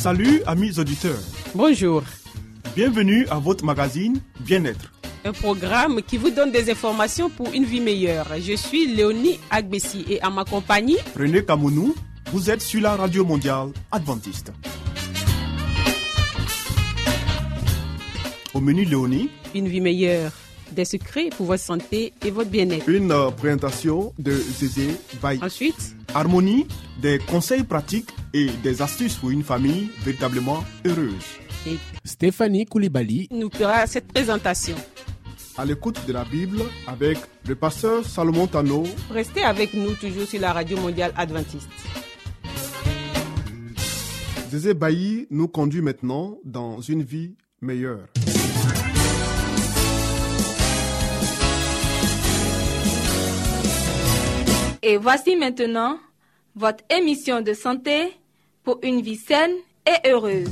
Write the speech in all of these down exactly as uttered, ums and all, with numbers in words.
Salut amis auditeurs. Bonjour. Bienvenue à votre magazine Bien-être. Un programme qui vous donne des informations pour une vie meilleure. Je suis Léonie Agbessi et à ma compagnie, René Kamounou, vous êtes sur la radio mondiale adventiste. Au menu Léonie, une vie meilleure, des secrets pour votre santé et votre bien-être. Une euh, présentation de Zézé Baye. Ensuite, Harmonie, des conseils pratiques et des astuces pour une famille véritablement heureuse. et Stéphanie Koulibaly nous fera cette présentation. À l'écoute de la Bible avec le pasteur Salomon Tano. Restez avec nous toujours sur la radio mondiale adventiste. Zézé Baye nous conduit maintenant dans une vie meilleure. Et voici maintenant votre émission de santé pour une vie saine et heureuse.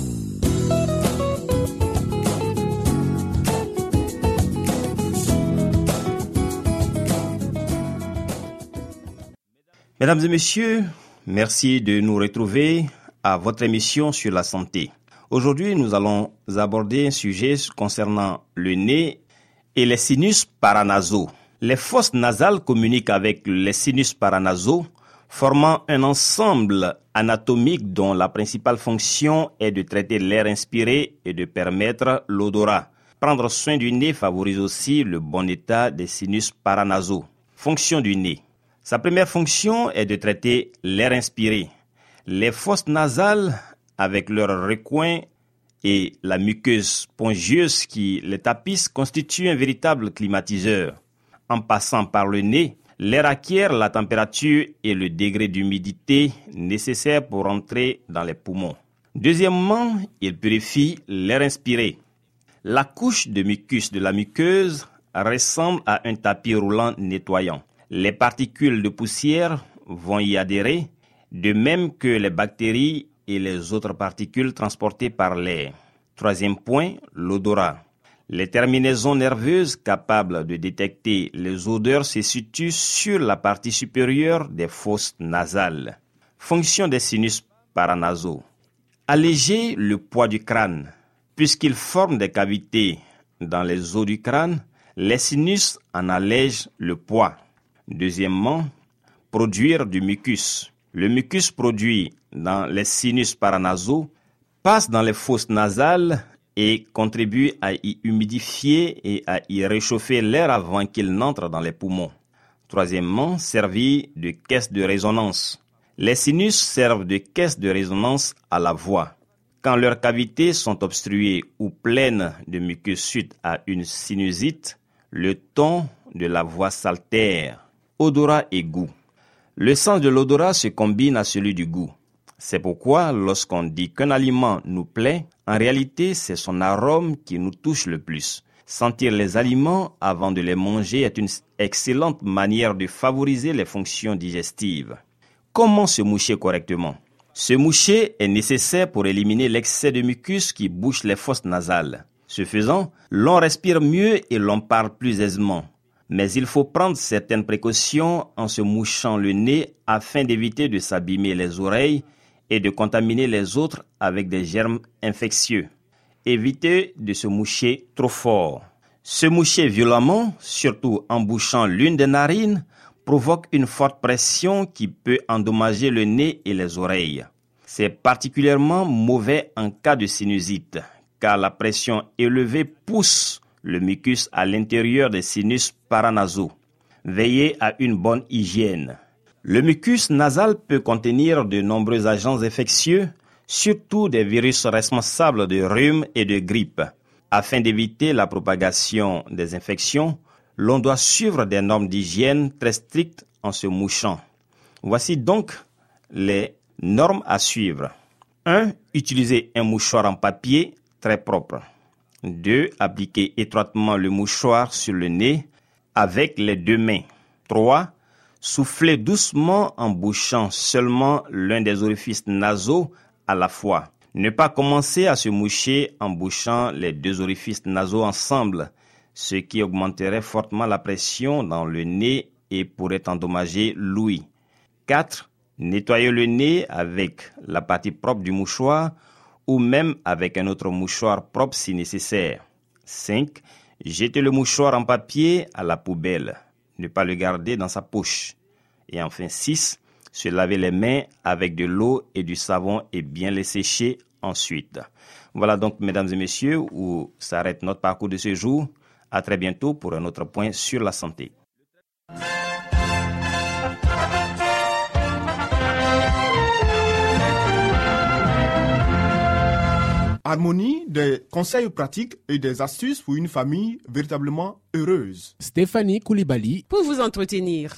Mesdames et messieurs, merci de nous retrouver à votre émission sur la santé. Aujourd'hui, nous allons aborder un sujet concernant le nez et les sinus paranasaux. Les fosses nasales communiquent avec les sinus paranasaux, formant un ensemble anatomique dont la principale fonction est de traiter l'air inspiré et de permettre l'odorat. Prendre soin du nez favorise aussi le bon état des sinus paranasaux. Fonction du nez. Sa première fonction est de traiter l'air inspiré. Les fosses nasales, avec leur recoin et la muqueuse spongieuse qui les tapisse, constituent un véritable climatiseur. En passant par le nez, l'air acquiert la température et le degré d'humidité nécessaires pour entrer dans les poumons. Deuxièmement, il purifie l'air inspiré. La couche de mucus de la muqueuse ressemble à un tapis roulant nettoyant. Les particules de poussière vont y adhérer, de même que les bactéries et les autres particules transportées par l'air. Troisième point, l'odorat. Les terminaisons nerveuses capables de détecter les odeurs se situent sur la partie supérieure des fosses nasales. Fonction des sinus paranasaux. Alléger le poids du crâne. Puisqu'ils forment des cavités dans les os du crâne, les sinus en allègent le poids. Deuxièmement, produire du mucus. Le mucus produit dans les sinus paranasaux passe dans les fosses nasales et contribue à y humidifier et à y réchauffer l'air avant qu'il n'entre dans les poumons. Troisièmement, servir de caisse de résonance. Les sinus servent de caisse de résonance à la voix. Quand leurs cavités sont obstruées ou pleines de mucus suite à une sinusite, le ton de la voix s'altère. Odorat et goût. Le sens de l'odorat se combine à celui du goût. C'est pourquoi, lorsqu'on dit qu'un aliment nous plaît, en réalité, c'est son arôme qui nous touche le plus. Sentir les aliments avant de les manger est une excellente manière de favoriser les fonctions digestives. Comment se moucher correctement? Se moucher est nécessaire pour éliminer l'excès de mucus qui bouche les fosses nasales. Ce faisant, l'on respire mieux et l'on parle plus aisément. Mais il faut prendre certaines précautions en se mouchant le nez afin d'éviter de s'abîmer les oreilles et de contaminer les autres avec des germes infectieux. Évitez de se moucher trop fort. Se moucher violemment, surtout en bouchant l'une des narines, provoque une forte pression qui peut endommager le nez et les oreilles. C'est particulièrement mauvais en cas de sinusite, car la pression élevée pousse le mucus à l'intérieur des sinus paranasaux. Veillez à une bonne hygiène. Le mucus nasal peut contenir de nombreux agents infectieux, surtout des virus responsables de rhume et de grippe. Afin d'éviter la propagation des infections, l'on doit suivre des normes d'hygiène très strictes en se mouchant. Voici donc les normes à suivre. un. Utilisez un mouchoir en papier très propre. deux. Appliquez étroitement le mouchoir sur le nez avec les deux mains. trois. Soufflez doucement en bouchant seulement l'un des orifices nasaux à la fois. Ne pas commencer à se moucher en bouchant les deux orifices nasaux ensemble, ce qui augmenterait fortement la pression dans le nez et pourrait endommager l'ouïe. quatre. Nettoyez le nez avec la partie propre du mouchoir ou même avec un autre mouchoir propre si nécessaire. cinq. Jetez le mouchoir en papier à la poubelle. Ne pas le garder dans sa poche. Et enfin six. Se laver les mains avec de l'eau et du savon et bien les sécher ensuite. Voilà donc, mesdames et messieurs, où s'arrête notre parcours de ce jour. À très bientôt pour un autre point sur la santé. Harmonie, des conseils pratiques et des astuces pour une famille véritablement heureuse. Stéphanie Koulibaly pour vous entretenir.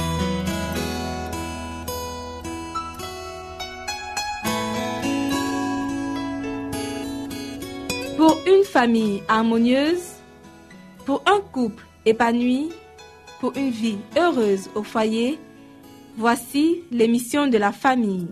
Pour une famille harmonieuse, pour un couple épanoui, pour une vie heureuse au foyer, voici l'émission de la famille.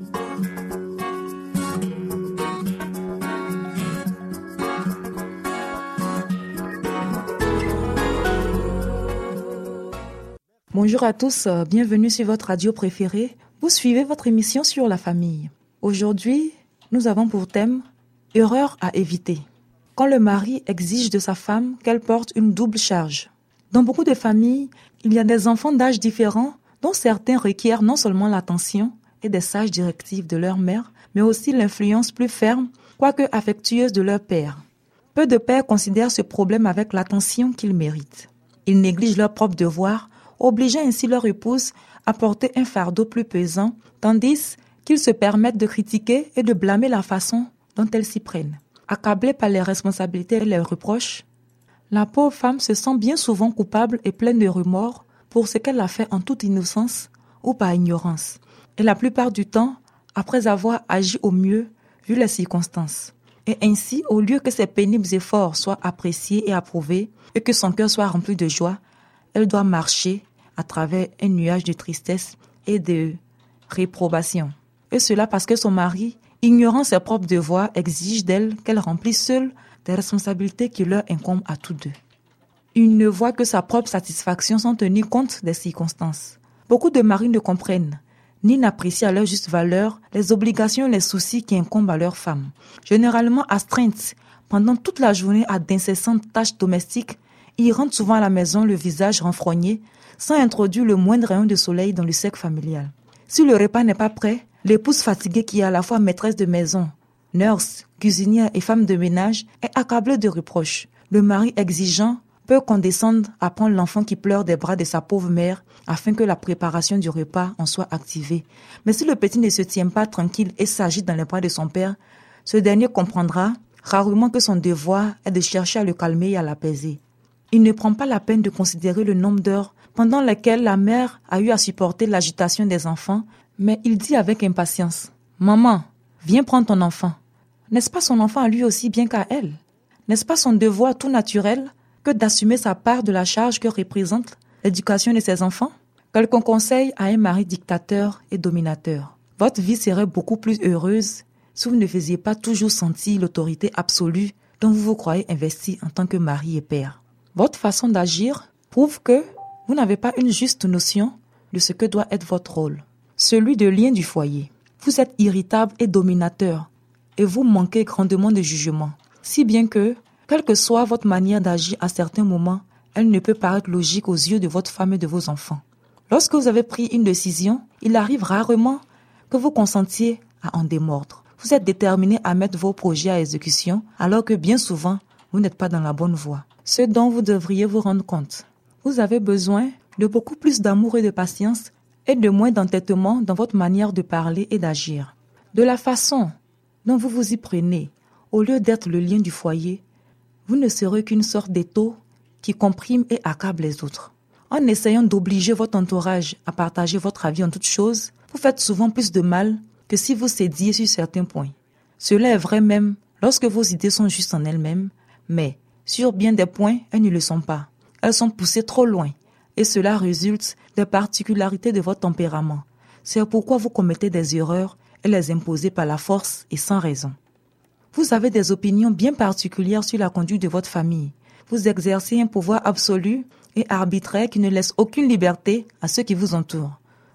Bonjour à tous, bienvenue sur votre radio préférée. Vous suivez votre émission sur la famille. Aujourd'hui, nous avons pour thème « Erreur à éviter ». Quand le mari exige de sa femme qu'elle porte une double charge. Dans beaucoup de familles, il y a des enfants d'âge différents dont certains requièrent non seulement l'attention et des sages directives de leur mère, mais aussi l'influence plus ferme, quoique affectueuse de leur père. Peu de pères considèrent ce problème avec l'attention qu'ils méritent. Ils négligent leurs propres devoirs, obligeant ainsi leur épouse à porter un fardeau plus pesant, tandis qu'ils se permettent de critiquer et de blâmer la façon dont elles s'y prennent. Accablée par les responsabilités et les reproches, la pauvre femme se sent bien souvent coupable et pleine de remords pour ce qu'elle a fait en toute innocence ou par ignorance, et la plupart du temps, après avoir agi au mieux, vu les circonstances. Et ainsi, au lieu que ses pénibles efforts soient appréciés et approuvés, et que son cœur soit rempli de joie, elle doit marcher à travers un nuage de tristesse et de réprobation. Et cela parce que son mari, ignorant ses propres devoirs, exige d'elle qu'elle remplisse seule des responsabilités qui leur incombent à tous deux. Il ne voit que sa propre satisfaction sans tenir compte des circonstances. Beaucoup de maris ne comprennent, ni n'apprécient à leur juste valeur les obligations et les soucis qui incombent à leurs femmes. Généralement astreintes pendant toute la journée à d'incessantes tâches domestiques, ils rentrent souvent à la maison le visage renfrogné, sans introduire le moindre rayon de soleil dans le cercle familial. Si le repas n'est pas prêt, l'épouse fatiguée qui est à la fois maîtresse de maison, nurse, cuisinière et femme de ménage est accablée de reproches. Le mari exigeant peut condescendre à prendre l'enfant qui pleure des bras de sa pauvre mère afin que la préparation du repas en soit activée. Mais si le petit ne se tient pas tranquille et s'agite dans les bras de son père, ce dernier comprendra rarement que son devoir est de chercher à le calmer et à l'apaiser. Il ne prend pas la peine de considérer le nombre d'heures pendant lesquelles la mère a eu à supporter l'agitation des enfants, mais il dit avec impatience « Maman, viens prendre ton enfant. N'est-ce pas son enfant à lui aussi bien qu'à elle? N'est-ce pas son devoir tout naturel que d'assumer sa part de la charge que représente l'éducation de ses enfants? » Quelqu'un conseille à un mari dictateur et dominateur. Votre vie serait beaucoup plus heureuse si vous ne faisiez pas toujours sentir l'autorité absolue dont vous vous croyez investi en tant que mari et père. Votre façon d'agir prouve que vous n'avez pas une juste notion de ce que doit être votre rôle, celui de lien du foyer. Vous êtes irritable et dominateur et vous manquez grandement de jugement, si bien que, quelle que soit votre manière d'agir à certains moments, elle ne peut paraître logique aux yeux de votre femme et de vos enfants. Lorsque vous avez pris une décision, il arrive rarement que vous consentiez à en démordre. Vous êtes déterminé à mettre vos projets à exécution, alors que bien souvent, vous n'êtes pas dans la bonne voie. Ce dont vous devriez vous rendre compte. Vous avez besoin de beaucoup plus d'amour et de patience et de moins d'entêtement dans votre manière de parler et d'agir. De la façon dont vous vous y prenez, au lieu d'être le lien du foyer, vous ne serez qu'une sorte d'étau qui comprime et accable les autres. En essayant d'obliger votre entourage à partager votre avis en toutes choses, vous faites souvent plus de mal que si vous cédiez sur certains points. Cela est vrai même lorsque vos idées sont justes en elles-mêmes, mais sur bien des points, elles ne le sont pas. Elles sont poussées trop loin et cela résulte des particularités de votre tempérament. C'est pourquoi vous commettez des erreurs et les imposez par la force et sans raison. Vous avez des opinions bien particulières sur la conduite de votre famille. Vous exercez un pouvoir absolu et arbitraire qui ne laisse aucune liberté à ceux qui vous entourent.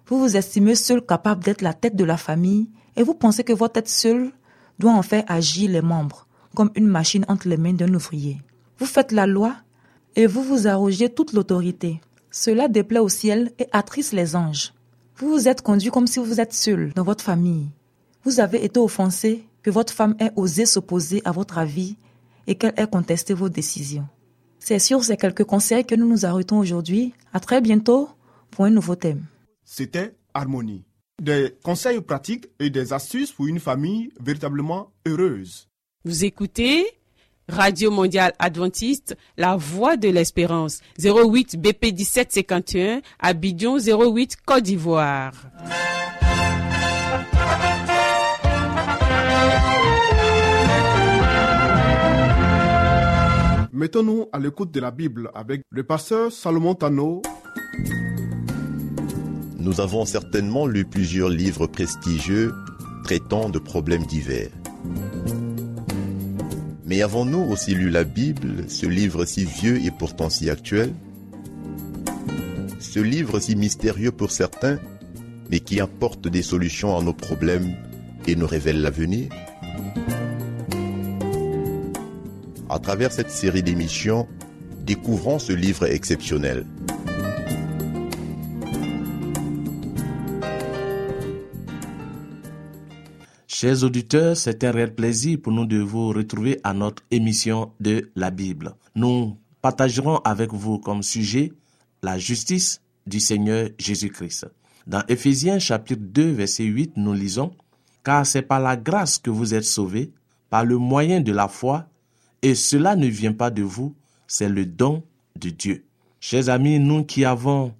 Vous vous estimez seul capable d'être la tête de la famille et vous pensez que votre tête seule doit en faire agir les membres, comme une machine entre les mains d'un ouvrier. Vous faites la loi et vous vous arrogez toute l'autorité. Cela déplaît au ciel et attriste les anges. Vous vous êtes conduit comme si vous êtes seul dans votre famille. Vous avez été offensé que votre femme ait osé s'opposer à votre avis et qu'elle ait contesté vos décisions. C'est sur ces quelques conseils que nous nous arrêtons aujourd'hui. À très bientôt pour un nouveau thème. C'était Harmonie. Des conseils pratiques et des astuces pour une famille véritablement heureuse. Vous écoutez Radio Mondiale Adventiste, la voix de l'espérance, zéro huit B P dix-sept cinquante et un, Abidjan zéro huit, Côte d'Ivoire. Mettons-nous à l'écoute de la Bible avec le pasteur Salomon Tano. Nous avons certainement lu plusieurs livres prestigieux traitant de problèmes divers. Mais avons-nous aussi lu la Bible, ce livre si vieux et pourtant si actuel? Ce livre si mystérieux pour certains, mais qui apporte des solutions à nos problèmes et nous révèle l'avenir? À travers cette série d'émissions, découvrons ce livre exceptionnel. Chers auditeurs, c'est un réel plaisir pour nous de vous retrouver à notre émission de la Bible. Nous partagerons avec vous comme sujet la justice du Seigneur Jésus-Christ. Dans Éphésiens chapitre deux, verset huit, nous lisons « Car c'est par la grâce que vous êtes sauvés, par le moyen de la foi, et cela ne vient pas de vous, c'est le don de Dieu. » Chers amis, nous qui avons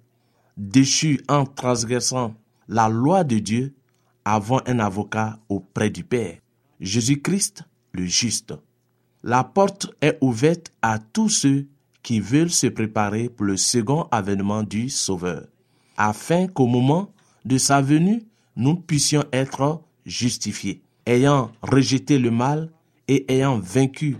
déchu en transgressant la loi de Dieu, avons un avocat auprès du Père, Jésus-Christ le juste. La porte est ouverte à tous ceux qui veulent se préparer pour le second avènement du Sauveur, afin qu'au moment de sa venue, nous puissions être justifiés, ayant rejeté le mal et ayant vaincu.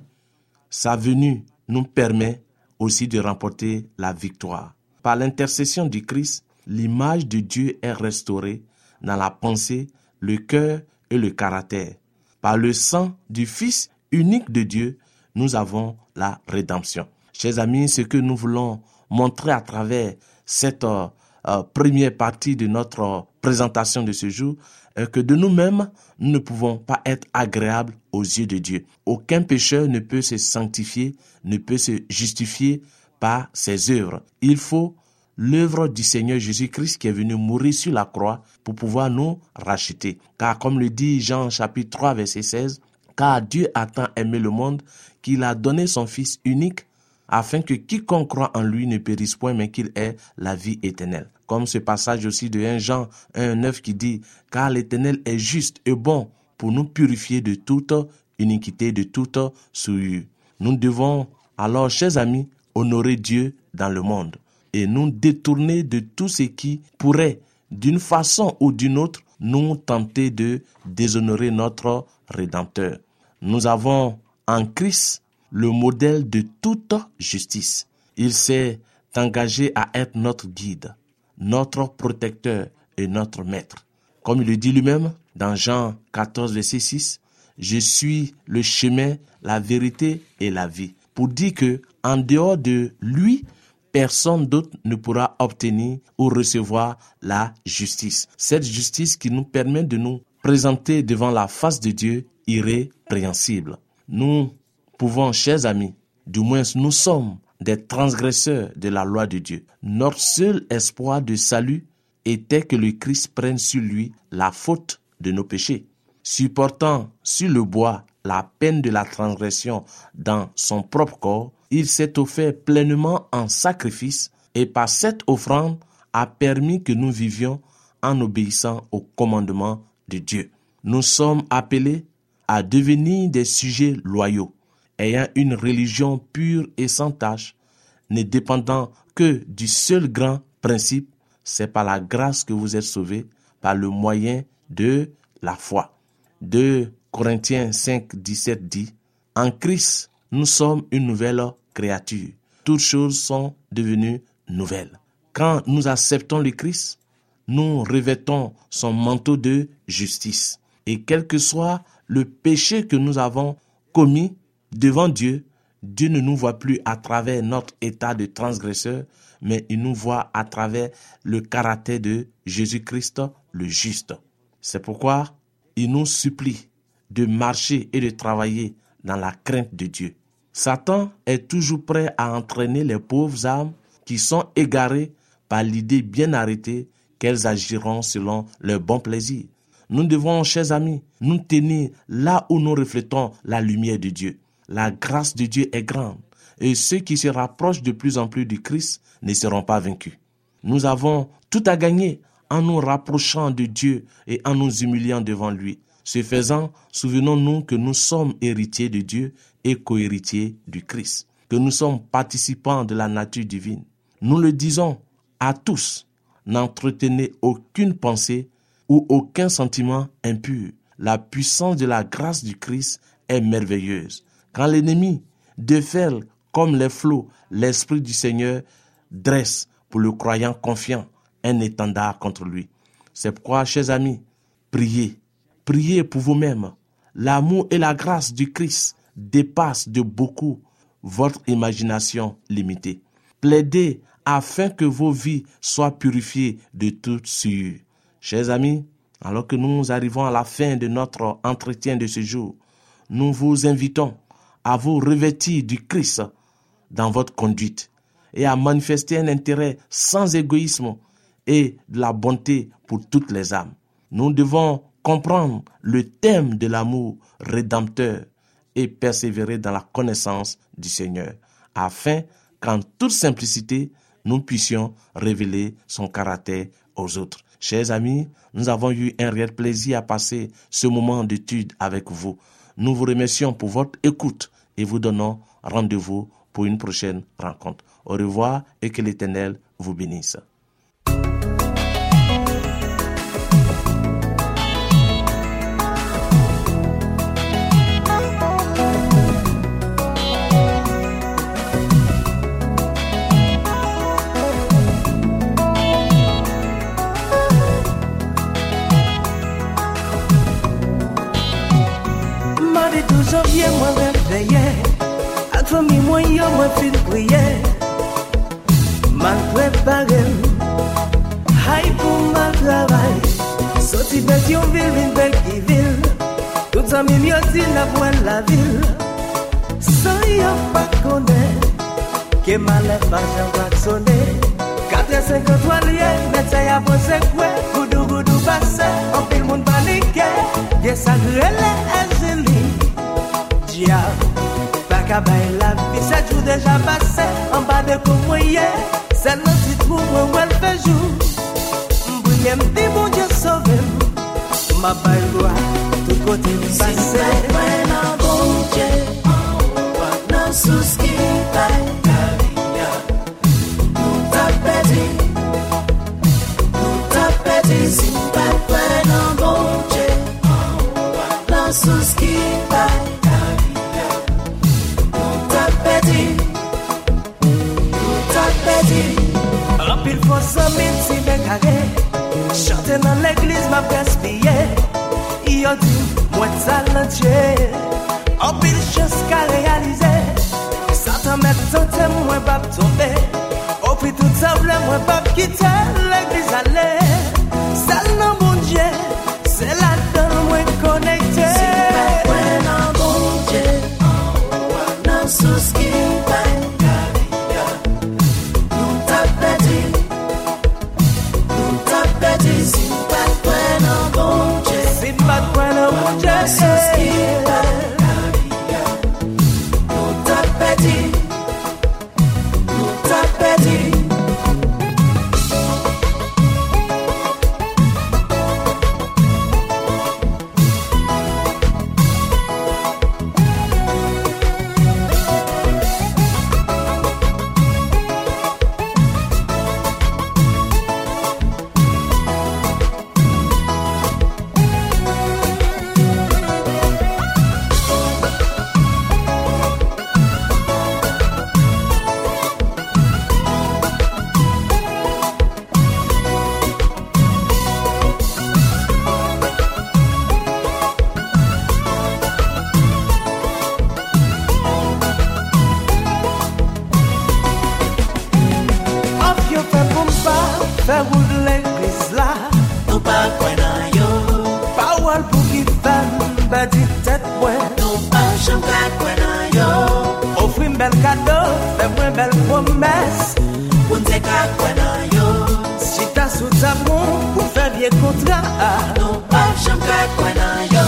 Sa venue nous permet aussi de remporter la victoire. Par l'intercession du Christ, l'image de Dieu est restaurée dans la pensée, le cœur et le caractère. Par le sang du Fils unique de Dieu, nous avons la rédemption. Chers amis, ce que nous voulons montrer à travers cette euh, euh, première partie de notre euh, présentation de ce jour, est que de nous-mêmes, nous ne pouvons pas être agréables aux yeux de Dieu. Aucun pécheur ne peut se sanctifier, ne peut se justifier par ses œuvres. Il faut l'œuvre du Seigneur Jésus-Christ qui est venu mourir sur la croix pour pouvoir nous racheter. Car comme le dit Jean chapitre trois verset seize, « Car Dieu a tant aimé le monde qu'il a donné son Fils unique afin que quiconque croit en lui ne périsse point mais qu'il ait la vie éternelle. » Comme ce passage aussi de premier Jean un neuf qui dit « Car l'Éternel est juste et bon pour nous purifier de toute iniquité, de toute souillure. » Nous devons alors, chers amis, honorer Dieu dans le monde et nous détourner de tout ce qui pourrait, d'une façon ou d'une autre, nous tenter de déshonorer notre Rédempteur. Nous avons en Christ le modèle de toute justice. Il s'est engagé à être notre guide, notre protecteur et notre maître. Comme il le dit lui-même dans Jean quatorze, verset six, « Je suis le chemin, la vérité et la vie. » Pour dire que en dehors de lui, personne d'autre ne pourra obtenir ou recevoir la justice. Cette justice qui nous permet de nous présenter devant la face de Dieu irrépréhensible. Nous pouvons, chers amis, du moins nous sommes des transgresseurs de la loi de Dieu. Notre seul espoir de salut était que le Christ prenne sur lui la faute de nos péchés. Supportant sur le bois la peine de la transgression dans son propre corps, il s'est offert pleinement en sacrifice et par cette offrande a permis que nous vivions en obéissant au commandement de Dieu. Nous sommes appelés à devenir des sujets loyaux, ayant une religion pure et sans tache, ne dépendant que du seul grand principe, c'est par la grâce que vous êtes sauvés, par le moyen de la foi. deux Corinthiens cinq, dix-sept dit, « En Christ, nous sommes une nouvelle créature. Toutes choses sont devenues nouvelles. » Quand nous acceptons le Christ, nous revêtons son manteau de justice. Et quel que soit le péché que nous avons commis devant Dieu, Dieu ne nous voit plus à travers notre état de transgresseur, mais il nous voit à travers le caractère de Jésus-Christ, le juste. C'est pourquoi il nous supplie de marcher et de travailler dans la crainte de Dieu. Satan est toujours prêt à entraîner les pauvres âmes qui sont égarées par l'idée bien arrêtée qu'elles agiront selon leur bon plaisir. Nous devons, chers amis, nous tenir là où nous reflétons la lumière de Dieu. La grâce de Dieu est grande et ceux qui se rapprochent de plus en plus du Christ ne seront pas vaincus. Nous avons tout à gagner en nous rapprochant de Dieu et en nous humiliant devant lui. Ce faisant, souvenons-nous que nous sommes héritiers de Dieu et co-héritiers du Christ, que nous sommes participants de la nature divine. Nous le disons à tous, n'entretenez aucune pensée ou aucun sentiment impur. La puissance de la grâce du Christ est merveilleuse. Quand l'ennemi déferle comme les flots, l'Esprit du Seigneur dresse pour le croyant confiant un étendard contre lui. C'est pourquoi, chers amis, priez. Priez pour vous-même. L'amour et la grâce du Christ dépassent de beaucoup votre imagination limitée. Plaidez afin que vos vies soient purifiées de toute souillure. Chers amis, alors que nous arrivons à la fin de notre entretien de ce jour, nous vous invitons à vous revêtir du Christ dans votre conduite et à manifester un intérêt sans égoïsme et de la bonté pour toutes les âmes. Nous devons comprendre le thème de l'amour rédempteur et persévérer dans la connaissance du Seigneur, afin qu'en toute simplicité, nous puissions révéler son caractère aux autres. Chers amis, nous avons eu un réel plaisir à passer ce moment d'étude avec vous. Nous vous remercions pour votre écoute et vous donnons rendez-vous pour une prochaine rencontre. Au revoir et que l'Éternel vous bénisse. Janvier, moi réveillé, à famille, moi, yo, moi, fin prier. Mal préparé, aïe pour mal travail. Sorti de Thionville, une belle qui ville. Tout ça, million, dit la voie la ville. Sans y'a pas connaître, que mal est pas, j'en va sonner. quatre cent cinquante-trois liens, médecin y'a pensé quoi, goudou, goudou, passé. En pile, monde paniqué, y'a ça, grêlé, Angélie. Dia, pas qu'à bailler la vie, sept jours déjà passé, en bas de courrier, c'est notre petit trou où elle fait jour. M'bouillem, dis mon Dieu sauve, ma baille loi, tout côté passé. Si c'est pas un bon Dieu, non sous ce qui baille la vie, nous t'a perdu, nous t'a perdu. Si pas un bon Dieu, non sous ce qui baille. Rapide faut cent mille si bien carré. Chanter dans l'église m'a gaspillé. Yo dit, moi talentueux. En pile chance qu'à réaliser. Satan met tenté, moi pas tomber. Au prix tout ça, moi pas quitter l'église aller. C'est le bon Dieu, c'est la donne moi connecté. C'est pas un bon Dieu, non sous ce qui paye. Si pas de point en bon Dieu, si pas de point en bon Dieu, c'est ce qui est. Nous t'a perdu, nous t'a perdu. faire route l'église là. Nous pas quoi dans yo. Parole pour qui femme, bah dit tête ouais. Nous pas chambre quoi dans yo. Offrir un bel cadeau, faire une belle promesse. Pour nous quoi dans yo. Si t'as sous ta bon, pour faire vieux contrat. Nous pas chambre quoi dans yo.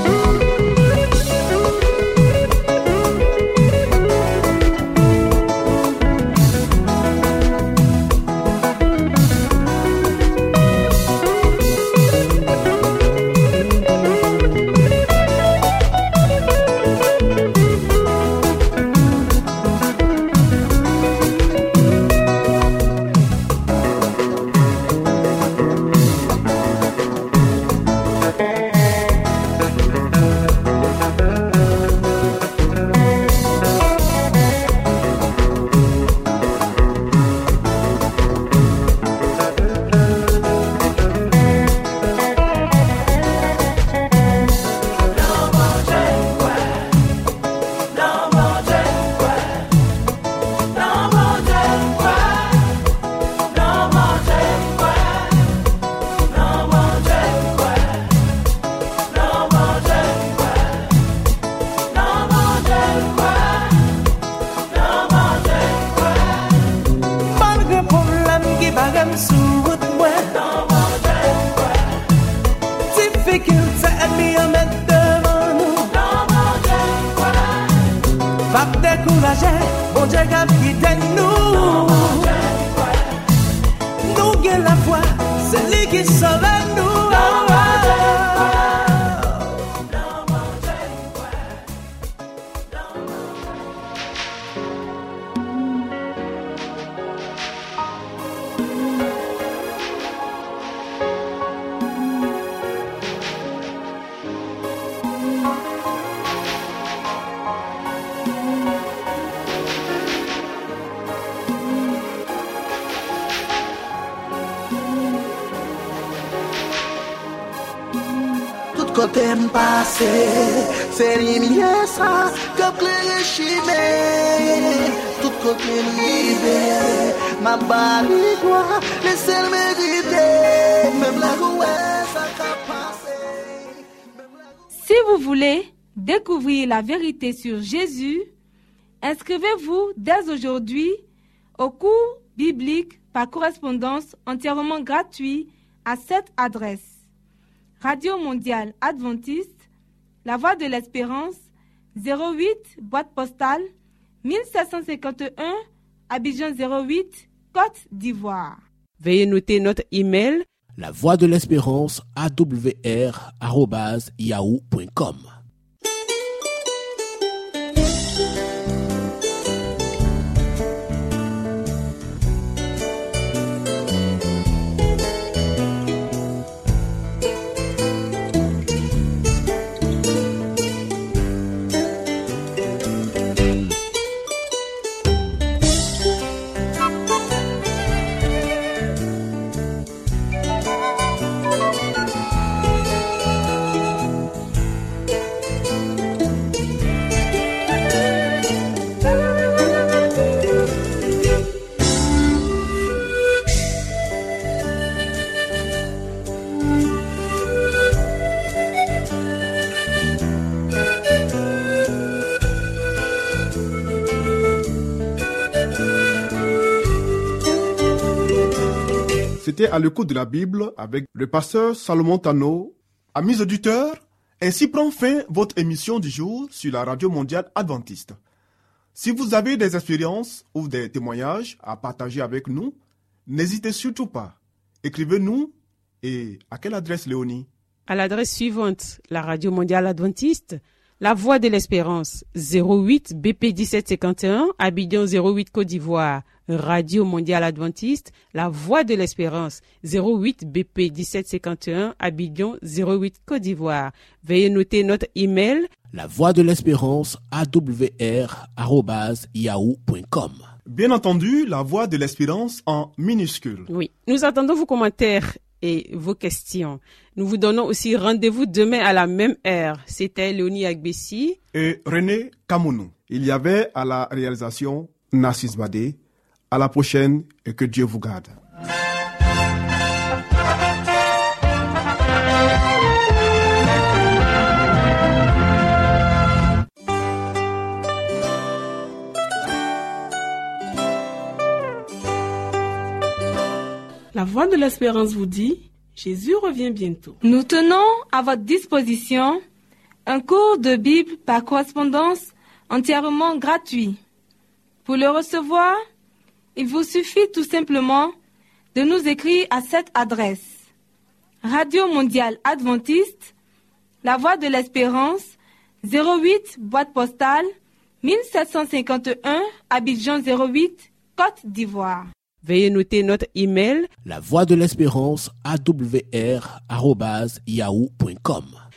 Bon Dieu garde qui nous. Nous gagnons la foi, c'est lui qui sauve nous. Côté passé, c'est lumière ça, comme les chimères. Tout côté libéré, ma barrière, laissez le mériter. Même la roue, ça a passé. Si vous voulez découvrir la vérité sur Jésus, inscrivez-vous dès aujourd'hui au cours biblique par correspondance entièrement gratuit à cette adresse. Radio Mondiale Adventiste, La Voix de l'Espérance, zéro huit, boîte postale, mille sept cent cinquante et un, Abidjan zéro huit, Côte d'Ivoire. Veuillez noter notre email, la voix de l'espérance A W R arobase yahoo point com. C'était à l'écoute de la Bible avec le pasteur Salomon Tano. Amis auditeurs, ainsi prend fin votre émission du jour sur la Radio Mondiale Adventiste. Si vous avez des expériences ou des témoignages à partager avec nous, n'hésitez surtout pas. Écrivez-nous. Et à quelle adresse, Léonie? À l'adresse suivante, la Radio Mondiale Adventiste, La Voix de l'Espérance, zéro huit B P dix-sept cinquante et un, Abidjan zéro huit Côte d'Ivoire. Radio Mondiale Adventiste, La Voix de l'Espérance, zéro huit B P dix-sept cinquante et un, Abidjan zéro huit Côte d'Ivoire. Veuillez noter notre email, la voix de l'espérance A W R arobase yahoo point com. Bien entendu, La Voix de l'Espérance en minuscule. Oui, nous attendons vos commentaires et vos questions. Nous vous donnons aussi rendez-vous demain à la même heure. C'était Léonie Agbessi et René Kamounou. Il y avait à la réalisation Nassis Badé. À la prochaine et que Dieu vous garde. La Voix de l'Espérance vous dit, Jésus revient bientôt. Nous tenons à votre disposition un cours de Bible par correspondance entièrement gratuit. Pour le recevoir, il vous suffit tout simplement de nous écrire à cette adresse: Radio Mondiale Adventiste, La Voix de l'Espérance, zéro huit, boîte postale, mille sept cent cinquante et un, Abidjan zéro huit, Côte d'Ivoire. Veuillez noter notre email: La Voix de l'Espérance A W R arobase yahoo point com.